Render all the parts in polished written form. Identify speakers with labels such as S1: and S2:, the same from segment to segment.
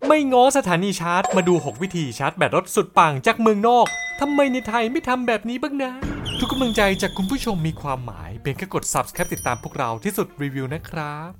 S1: ไม่ง้อสถานีชาร์จมาดู6วิธีชาร์จแบตรถสุดปังจากเมืองนอกทำไมในไทยไม่ทำแบบนี้บ้างนะทุกกำลังใจจากคุณผู้ชมมีความหมายเพียงแค่กด Subscribe ติดตามพวกเราที่สุดรีวิวนะครับ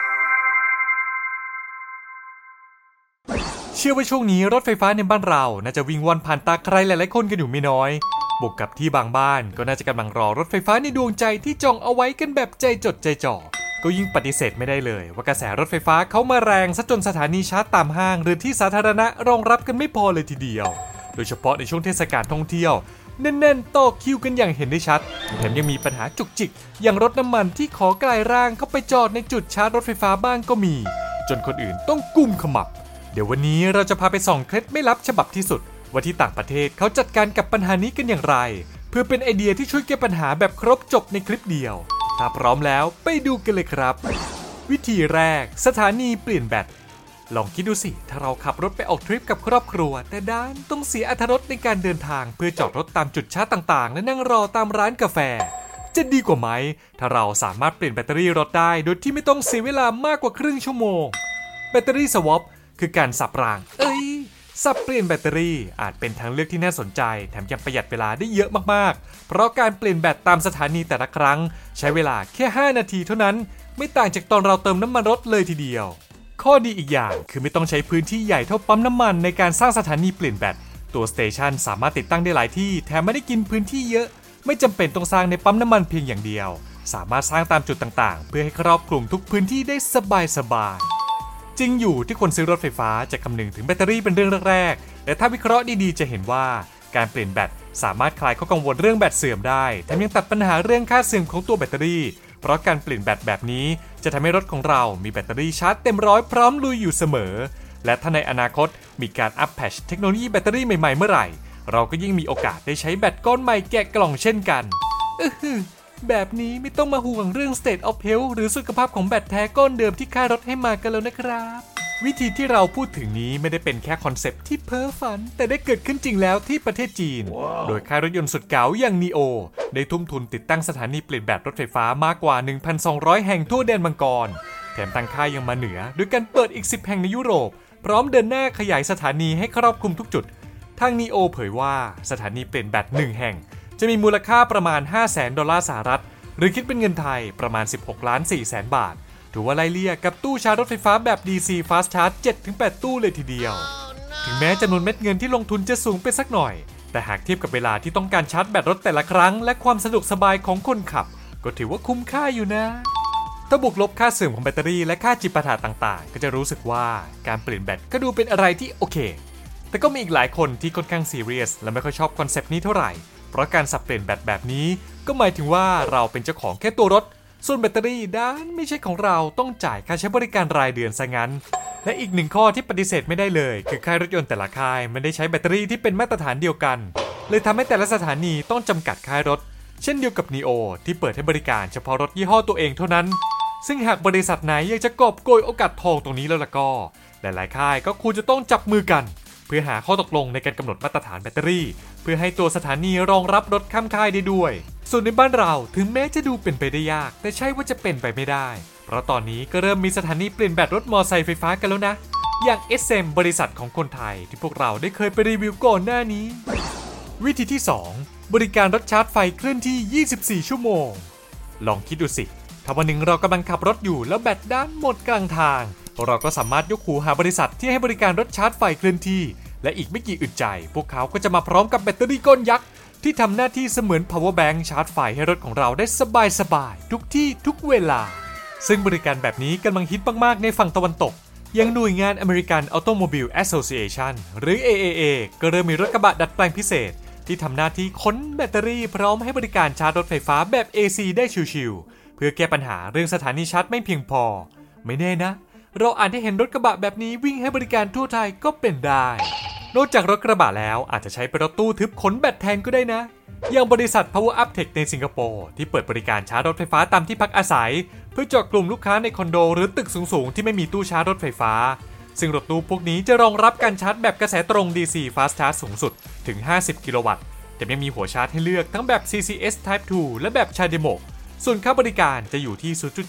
S1: เชื่อว่าช่วงนี้รถไฟฟ้าในบ้านเราน่าจะวิ่งว่อนผ่านตาใครหลายๆคนกันอยู่ไม่น้อยบวกกับที่บางบ้านก็น่าจะกำลังรอรถไฟฟ้าในดวงใจที่จองเอาไว้กันแบบใจจดใจจ่อก็ยิ่งปฏิเสธไม่ได้เลยว่ากระแสรถไฟฟ้าเขามาแรงซะจนสถานีชาร์จตามห้างหรือที่สาธารณะรองรับกันไม่พอเลยทีเดียวโดยเฉพาะในช่วงเทศกาลท่องเที่ยวแน่นๆต่อคิวกันอย่างเห็นได้ชัดแถมยังมีปัญหาจุกจิกอย่างรถน้ำมันที่ขอกลายร่างเข้าไปจอดในจุดชาร์จรถไฟฟ้าบ้างก็มีจนคนอื่นต้องกุมขมับเดี๋ยววันนี้เราจะพาไปส่องเคล็ดไม่ลับฉบับที่สุดว่าที่ต่างประเทศเขาจัดการกับปัญหานี้กันอย่างไรเพื่อเป็นไอเดียที่ช่วยแก้ปัญหาแบบครบจบในคลิปเดียวถ้าพร้อมแล้วไปดูกันเลยครับวิธีแรกสถานีเปลี่ยนแบตลองคิดดูสิถ้าเราขับรถไปออกทริปกับครอบครัวแต่ด้านต้องเสียอรรถรสในการเดินทางเพื่อจอดรถตามจุดชาร์จต่างๆและนั่งรอตามร้านกาแฟจะดีกว่าไหมถ้าเราสามารถเปลี่ยนแบตเตอรี่รถได้โดยที่ไม่ต้องเสียเวลามากกว่าครึ่งชั่วโมงแบตเตอรี่สวอปคือการสับรางสับเปลี่ยนแบตเตอรี่อาจเป็นทางเลือกที่น่าสนใจแถมยังประหยัดเวลาได้เยอะมากๆเพราะการเปลี่ยนแบตตามสถานีแต่ละครั้งใช้เวลาแค่5นาทีเท่านั้นไม่ต่างจากตอนเราเติมน้ำมันรถเลยทีเดียวข้อดีอีกอย่างคือไม่ต้องใช้พื้นที่ใหญ่เท่าปั๊มน้ำมันในการสร้างสถานีเปลี่ยนแบตตัวสเตชันสามารถติดตั้งได้หลายที่แถมไม่ได้กินพื้นที่เยอะไม่จำเป็นต้องสร้างในปั๊มน้ำมันเพียงอย่างเดียวสามารถสร้างตามจุดต่างๆเพื่อให้ครอบคลุมทุกพื้นที่ได้สบายจริงอยู่ที่คนซื้อรถไฟฟ้าจะคำนึงถึงแบตเตอรี่เป็นเรื่องแรกๆแต่ถ้าวิเคราะห์ดีๆจะเห็นว่าการเปลี่ยนแบตสามารถคลายข้อกังวลเรื่องแบตเสื่อมได้แถมยังตัดปัญหาเรื่องค่าเสื่อมของตัวแบตเตอรี่เพราะการเปลี่ยนแบตแบบนี้จะทำให้รถของเรามีแบตเตอรี่ชาร์จเต็มร้อยพร้อมลุยอยู่เสมอและถ้าในอนาคตมีการอัปแพทช์เทคโนโลยีแบตเตอรี่ใหม่ๆเมื่อไหร่เราก็ยิ่งมีโอกาสได้ใช้แบตก้อนใหม่แกะกล่องเช่นกันแบบนี้ไม่ต้องมาห่วงเรื่อง state of health หรือสุขภาพของแบตแท้ก้อนเดิมที่ค่ายรถให้มากันแล้วนะครับวิธีที่เราพูดถึงนี้ไม่ได้เป็นแค่คอนเซปต์ที่เพ้อฝันแต่ได้เกิดขึ้นจริงแล้วที่ประเทศจีน โดยค่ายรถยนต์สุดเก๋าอย่าง NIO ได้ทุ่มทุนติดตั้งสถานีเปลี่ยนแบตรถไฟฟ้ามากกว่า 1,200 แห่งทั่วแดนมังกรแถมทางค่ายยังมาเหนือโดยการเปิดอีก10แห่งในยุโรปพร้อมเดินหน้าขยายสถานีให้ครอบคลุมทุกจุดทาง NIO เผยว่าสถานีเปลี่ยนแบต1แห่งจะมีมูลค่าประมาณ $500,000 หรือคิดเป็นเงินไทยประมาณ 16,400,000 บาทถือว่าไล่เลี่ยกับตู้ชาร์จรถไฟฟ้าแบบ DC Fast Charge 7-8 ตู้เลยทีเดียวถึงแม้จำนวนเม็ดเงินที่ลงทุนจะสูงไปสักหน่อยแต่หากเทียบกับเวลาที่ต้องการชาร์จแบตรถแต่ละครั้งและความสะดวกสบายของคนขับก็ถือว่าคุ้มค่าอยู่นะถ้าบวกลบค่าเสื่อมของแบตเตอรี่และค่าจิปาถะต่างๆก็จะรู้สึกว่าการเปลี่ยนแบตก็ดูเป็นอะไรที่โอเคแต่ก็มีอีกหลายคนที่ค่อนข้างซีเรียสและไม่ค่อยชอบคอนเซปต์นี้เท่าไหร่เพราะการสับเปลี่ยนแบตแบบนี้ก็หมายถึงว่าเราเป็นเจ้าของแค่ตัวรถส่วนแบตเตอรี่ด้านไม่ใช่ของเราต้องจ่ายค่าใช้บริการรายเดือนซะงั้นและอีกหนึ่งข้อที่ปฏิเสธไม่ได้เลยคือค่ายรถยนต์แต่ละค่ายไม่ได้ใช้แบตเตอรี่ที่เป็นมาตรฐานเดียวกันเลยทำให้แต่ละสถานีต้องจำกัดค่ายรถเช่นเดียวกับ NIO ที่เปิดให้บริการเฉพาะรถยี่ห้อตัวเองเท่านั้นซึ่งหากบริษัทไหนอยากจะกอบโกยโอกาสทองตรงนี้แล้วล่ะก็หลายๆค่ายก็ควรจะต้องจับมือกันเพื่อหาข้อตกลงในการกำหนดมาตรฐานแบตเตอรี่เพื่อให้ตัวสถานีรองรับรถข้ามค่ายได้ด้วยส่วนในบ้านเราถึงแม้จะดูเป็นไปได้ยากแต่ใช่ว่าจะเป็นไปไม่ได้เพราะตอนนี้ก็เริ่มมีสถานีเปลี่ยนแบตรถมอไซค์ไฟฟ้ากันแล้วนะอย่าง SM บริษัทของคนไทยที่พวกเราได้เคยไปรีวิวก่อนหน้านี้วิธีที่2บริการรถชาร์จไฟเคลื่อนที่24ชั่วโมงลองคิดดูสิถ้าวันหนึ่งเรากำลังขับรถอยู่แล้วแบตด้านหมดกลางทางเราก็สามารถยกหูหาบริษัทที่ให้บริการรถชาร์จไฟเคลื่อนที่และอีกไม่กี่อึดใจพวกเขาก็จะมาพร้อมกับแบตเตอรี่ก้อนยักษ์ที่ทำหน้าที่เสมือน power bank ชาร์จไฟให้รถของเราได้สบายๆทุกที่ทุกเวลาซึ่งบริการแบบนี้กำลังฮิตมากๆในฝั่งตะวันตกอย่างหน่วยงาน American Automobile Association หรือ AAA ก็เริ่มมีรถกระบะดัดแปลงพิเศษที่ทำหน้าที่ขนแบตเตอรี่พร้อมให้บริการชาร์จรถไฟฟ้าแบบ AC ได้ชิลๆเพื่อแก้ปัญหาเรื่องสถานีชาร์จไม่เพียงพอไม่แน่นะเราอาจได้เห็นรถกระบะแบบนี้วิ่งให้บริการทั่วไทยก็เป็นได้นอกจากรถกระบะแล้วอาจจะใช้เป็นรถตู้ทึบขนแบตแทนก็ได้นะอย่างบริษัท Power Up Tech ในสิงคโปร์ที่เปิดบริการชาร์จรถไฟฟ้าตามที่พักอาศัยเพื่อเจาะกลุ่มลูกค้าในคอนโดหรือตึกสูงๆที่ไม่มีตู้ชาร์จรถไฟฟ้าซึ่งรถตู้พวกนี้จะรองรับการชาร์จแบบกระแสตรง DC Fast Charge สูงสุดถึง50กิโลวัตต์แต่ยังมีหัวชาร์จให้เลือกทั้งแบบ CCS Type 2 และแบบ Chargemo ส่วนค่าบริการจะอยู่ที่ 0.7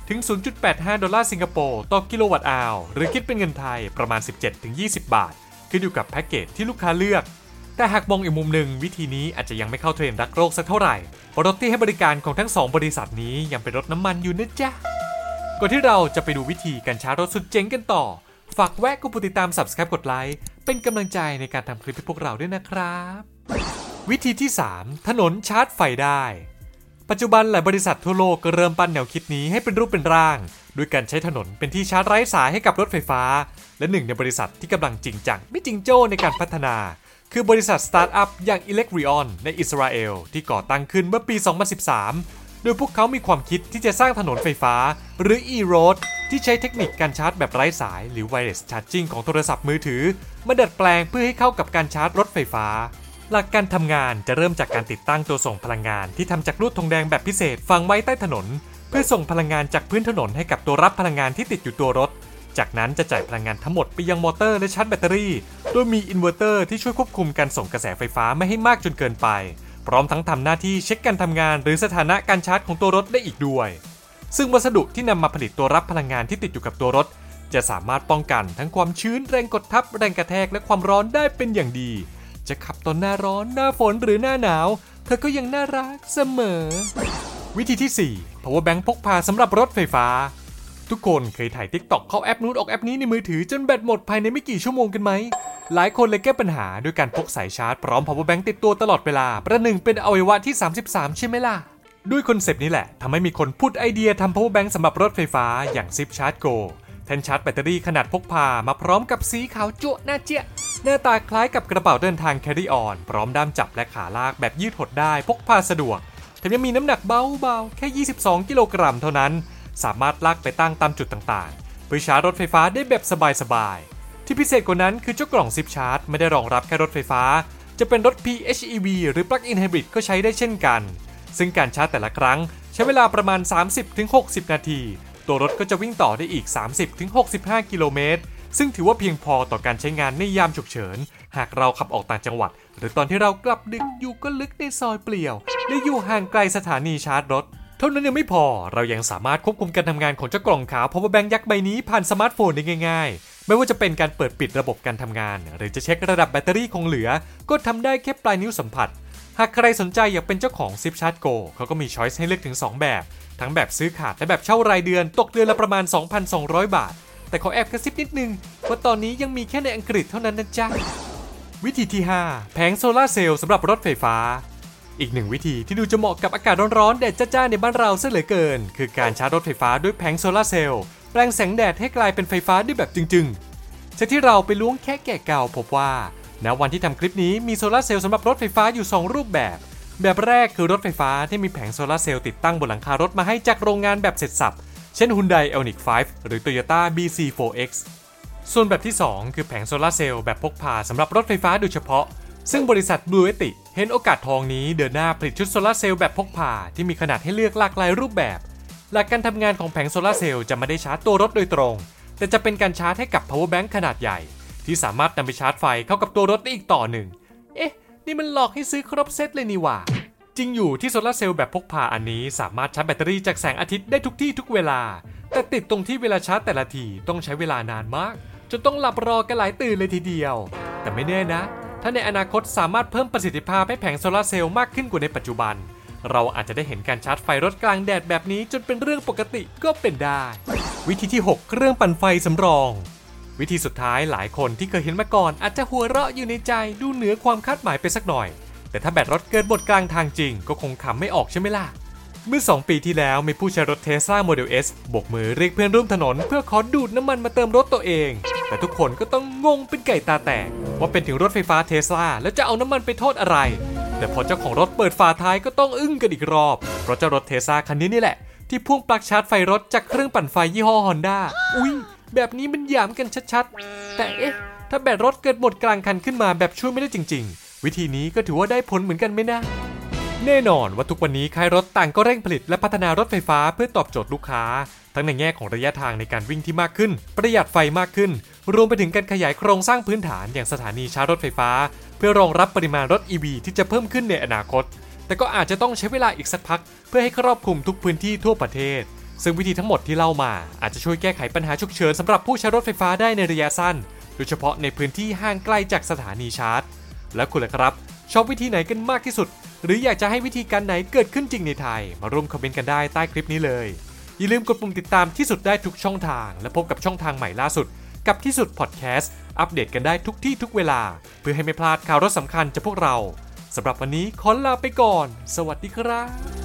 S1: ถึง 0.85 ดอลลาร์สิงคโปร์ต่อกิโลวัตต์อาวหรือคิดเป็นเงินไทยประมาณ 17-20 บาทขึ้นอยู่กับแพ็กเกจที่ลูกค้าเลือกแต่หากมองอีกมุมหนึ่งวิธีนี้อาจจะยังไม่เข้าเทรนด์รักโลกสักเท่าไหร่เพราะรถที่ให้บริการของทั้ง2บริษัทนี้ยังเป็นรถน้ำมันอยู่นะจ๊ะก่อนที่เราจะไปดูวิธีการชาร์จรถสุดเจ๋งกันต่อฝากแวะกดติดตาม Subscribe กดไลค์เป็นกำลังใจในการทำคลิปให้พวกเราด้วยนะครับวิธีที่ 3 ถนนชาร์จไฟได้ปัจจุบันหลายบริษัททั่วโลกก็เริ่มปั้นแนวคิดนี้ให้เป็นรูปเป็นร่างด้วยการใช้ถนนเป็นที่ชาร์จไร้สายให้กับรถไฟฟ้าและหนึ่งในบริษัทที่กำลังจริงจังไม่จริงโจ้ในการพัฒนาคือบริษัทสตาร์ทอัพอย่าง Electrion ในอิสราเอลที่ก่อตั้งขึ้นเมื่อปี 2013 โดยพวกเขามีความคิดที่จะสร้างถนนไฟฟ้าหรือ e-road ที่ใช้เทคนิคการชาร์จแบบไร้สายหรือ wireless charging ของโทรศัพท์มือถือมาดัดแปลงเพื่อให้เข้ากับการชาร์จรถไฟฟ้าหลักการทำงานจะเริ่มจากการติดตั้งตัวส่งพลังงานที่ทำจากลวดทองแดงแบบพิเศษฝังไว้ใต้ถนนเพื่อส่งพลังงานจากพื้นถนนให้กับตัวรับพลังงานที่ติดอยู่ตัวรถจากนั้นจะจ่ายพลังงานทั้งหมดไปยังมอเตอร์และชาร์จแบตเตอรี่โดยมีอินเวอร์เตอร์ที่ช่วยควบคุมการส่งกระแสไฟฟ้าไม่ให้มากจนเกินไปพร้อมทั้งทำหน้าที่เช็คการทำงานหรือสถานะการชาร์จของตัวรถได้อีกด้วยซึ่งวัสดุที่นำมาผลิตตัวรับพลังงานที่ติดอยู่กับตัวรถจะสามารถป้องกันทั้งความชื้นแรงกดทับแรงกระแทกและความร้อนได้เป็นอย่างดีจะขับตอนหน้าร้อนหน้าฝนหรือหน้าหนาวเธอก็ยังน่ารักเสมอวิธีที่ 4 power bank พกพาสำหรับรถไฟฟ้าทุกคนเคยถ่าย TikTok เข้าแอปนู้นออกแอปนี้ในมือถือจนแบตหมดภายในไม่กี่ชั่วโมงกันไหมหลายคนเลยแก้ปัญหาด้วยการพกสายชาร์จพร้อม power bank ติดตัวตลอดเวลาประหนึ่งเป็นอวัยวะที่33ใช่ไหมล่ะด้วยคอนเซปต์นี้แหละทำให้มีคนพูดไอเดียทำ power bank สำหรับรถไฟฟ้าอย่าง Zip Charge Go แทนชาร์จแบตเตอรี่ขนาดพกพามาพร้อมกับสีขาวจั่วหน้าเจี๊ยหน้าตาคล้ายกับกระเป๋าเดินทาง Carry On พร้อมด้ามจับและขาลากแบบยืดหดได้พกพาสะดวกแถมยังมีน้ำหนักเบาๆแค่22กิโลกรัมเท่านั้นสามารถลากไปตั้งตามจุดต่างๆเพื่อชาร์จรถไฟฟ้าได้แบบสบายๆที่พิเศษกว่านั้นคือเจ้ากล่องซิปชาร์จไม่ได้รองรับแค่รถไฟฟ้าจะเป็นรถ PHEV หรือ Plug-in Hybrid ก็ใช้ได้เช่นกันซึ่งการชาร์จแต่ละครั้งใช้เวลาประมาณ 30-60 นาทีตัวรถก็จะวิ่งต่อได้อีก 30-65 กิโลเมตรซึ่งถือว่าเพียงพอต่อการใช้งานในยามฉุกเฉินหากเราขับออกต่างจังหวัดหรือตอนที่เรากลับดึกอยู่ก็ลึกในซอยเปลี่ยวหรืออยู่ห่างไกลสถานีชาร์จรถเท่านั้นยังไม่พอเรายังสามารถควบคุมการทำงานของเจ้ากล่องขาว power bank ยักษ์ใบนี้ผ่านสมาร์ทโฟนได้ง่ายๆไม่ว่าจะเป็นการเปิดปิดระบบการทำงานหรือจะเช็คระดับแบตเตอรี่คงเหลือก็ทำได้แค่ปลายนิ้วสัมผัสหากใครสนใจอยากเป็นเจ้าของ Zip Charge Go เขาก็มีช้อยส์ให้เลือกถึง2แบบทั้งแบบซื้อขาดและแบบเช่ารายเดือนตกเดือนละประมาณ 2,200 บาทแต่ขอแอบกระซิบนิดนึงว่าตอนนี้ยังมีแค่ในอังกฤษเท่านั้นนะจ๊ะวิธีที่ 5 แผงโซลาร์เซลล์สำหรับรถไฟฟ้าอีกหนึ่งวิธีที่ดูจะเหมาะกับอากาศร้อนๆแดดจ้าๆในบ้านเราซะเหลือเกินคือการชาร์จรถไฟฟ้าด้วยแผงโซลาร์เซลล์แปลงแสงแดดให้กลายเป็นไฟฟ้าได้แบบจึงๆจากที่เราไปล้วงแค่แกะเก่าพบว่าณวันที่ทำคลิปนี้มีโซลาร์เซลล์สำหรับรถไฟฟ้าอยู่2รูปแบบแรกคือรถไฟฟ้าที่มีแผงโซลาร์เซลล์ติดตั้งบนหลังคารถมาให้จากโรงงานแบบเสร็จสับเช่น Hyundai Ioniq 5 หรือ Toyota BZ4X ส่วนแบบที่ 2 คือแผงโซลาร์เซลล์แบบพกพาสำหรับรถไฟฟ้าโดยเฉพาะซึ่งบริษัท Bluetti เห็นโอกาสทองนี้เดินหน้าผลิตชุดโซลาร์เซลล์แบบพกพาที่มีขนาดให้เลือกหลากหลายรูปแบบหลักการทำงานของแผงโซลาร์เซลล์จะไม่ได้ชาร์จตัวรถโดยตรงแต่จะเป็นการชาร์จให้กับ power bank ขนาดใหญ่ที่สามารถนำไปชาร์จไฟเข้ากับตัวรถได้อีกต่อหนึ่งนี่มันหลอกให้ซื้อครบเซตเลยนี่หว่าจริงอยู่ที่โซลาร์เซลล์แบบพกพาอันนี้สามารถชาร์จแบตเตอรี่จากแสงอาทิตย์ได้ทุกที่ทุกเวลาแต่ติดตรงที่เวลาชาร์จแต่ละทีต้องใช้เวลานานมากจนต้องหลับรอกันหลายตื่นเลยทีเดียวแต่ไม่แน่นะถ้าในอนาคตสามารถเพิ่มประสิทธิภาพให้แผงโซลาร์เซลล์มากขึ้นกว่าในปัจจุบันเราอาจจะได้เห็นการชาร์จไฟรถกลางแดดแบบนี้จนเป็นเรื่องปกติก็เป็นได้วิธีที่ 6 เครื่องปั่นไฟสำรองวิธีสุดท้ายหลายคนที่เคยเห็นมาก่อนอาจจะหัวเราะอยู่ในใจดูเหนือความคาดหมายไปสักหน่อยแต่ถ้าแบตรถเกิดหมดกลางทางจริงก็คงขำไม่ออกใช่ไหมล่ะเมื่อ2 ปีที่แล้วมีผู้ใช้รถ Tesla Model S โบกมือเรียกเพื่อนร่วมถนนเพื่อขอดูดน้ำมันมาเติมรถตัวเองแต่ทุกคนก็ต้องงงเป็นไก่ตาแตกว่าเป็นถึงรถไฟฟ้า Tesla แล้วจะเอาน้ำมันไปโทษอะไรแต่พอเจ้าของรถเปิดฝาท้ายก็ต้องอึ้งกันอีกรอบเพราะเจ้ารถ Tesla คันนี้นี่แหละที่พ่วงปลั๊กชาร์จไฟรถจากเครื่องปั่นไฟยี่ห้อ Honda อุ๊ยแบบนี้มันหยามกันชัดๆแต่ถ้าแบตรถเกิดหมดกลางคันขึ้นมาแบบช่วยไม่ได้จริงๆวิธีนี้ก็ถือว่าได้ผลเหมือนกันไหมนะแน่นอนว่าทุกวันนี้ค่ายรถต่างก็เร่งผลิตและพัฒนารถไฟฟ้าเพื่อตอบโจทย์ลูกค้าทั้งในแง่ของระยะทางในการวิ่งที่มากขึ้นประหยัดไฟมากขึ้นรวมไปถึงการขยายโครงสร้างพื้นฐานอย่างสถานีชาร์จรถไฟฟ้าเพื่อรองรับปริมาณรถ EV ที่จะเพิ่มขึ้นในอนาคตแต่ก็อาจจะต้องใช้เวลาอีกสักพักเพื่อให้ครอบคลุมทุกพื้นที่ทั่วประเทศซึ่งวิธีทั้งหมดที่เล่ามาอาจจะช่วยแก้ไขปัญหาฉุกเฉินสำหรับผู้ใช้รถไฟฟ้าได้ในระยะสั้นโดยเฉพาะในพื้นที่ห่างไกลจากสถานีชาร์จและคุณล่ะครับชอบวิธีไหนกันมากที่สุดหรืออยากจะให้วิธีการไหนเกิดขึ้นจริงในไทยมาร่วมคอมเมนต์กันได้ใต้คลิปนี้เลยอย่าลืมกดปุ่มติดตามที่สุดได้ทุกช่องทางและพบกับช่องทางใหม่ล่าสุดกับที่สุดพอดแคสต์อัปเดตกันได้ทุกที่ทุกเวลาเพื่อให้ไม่พลาดข่าวรถสำคัญจากพวกเราสำหรับวันนี้ขอลาไปก่อนสวัสดีครับ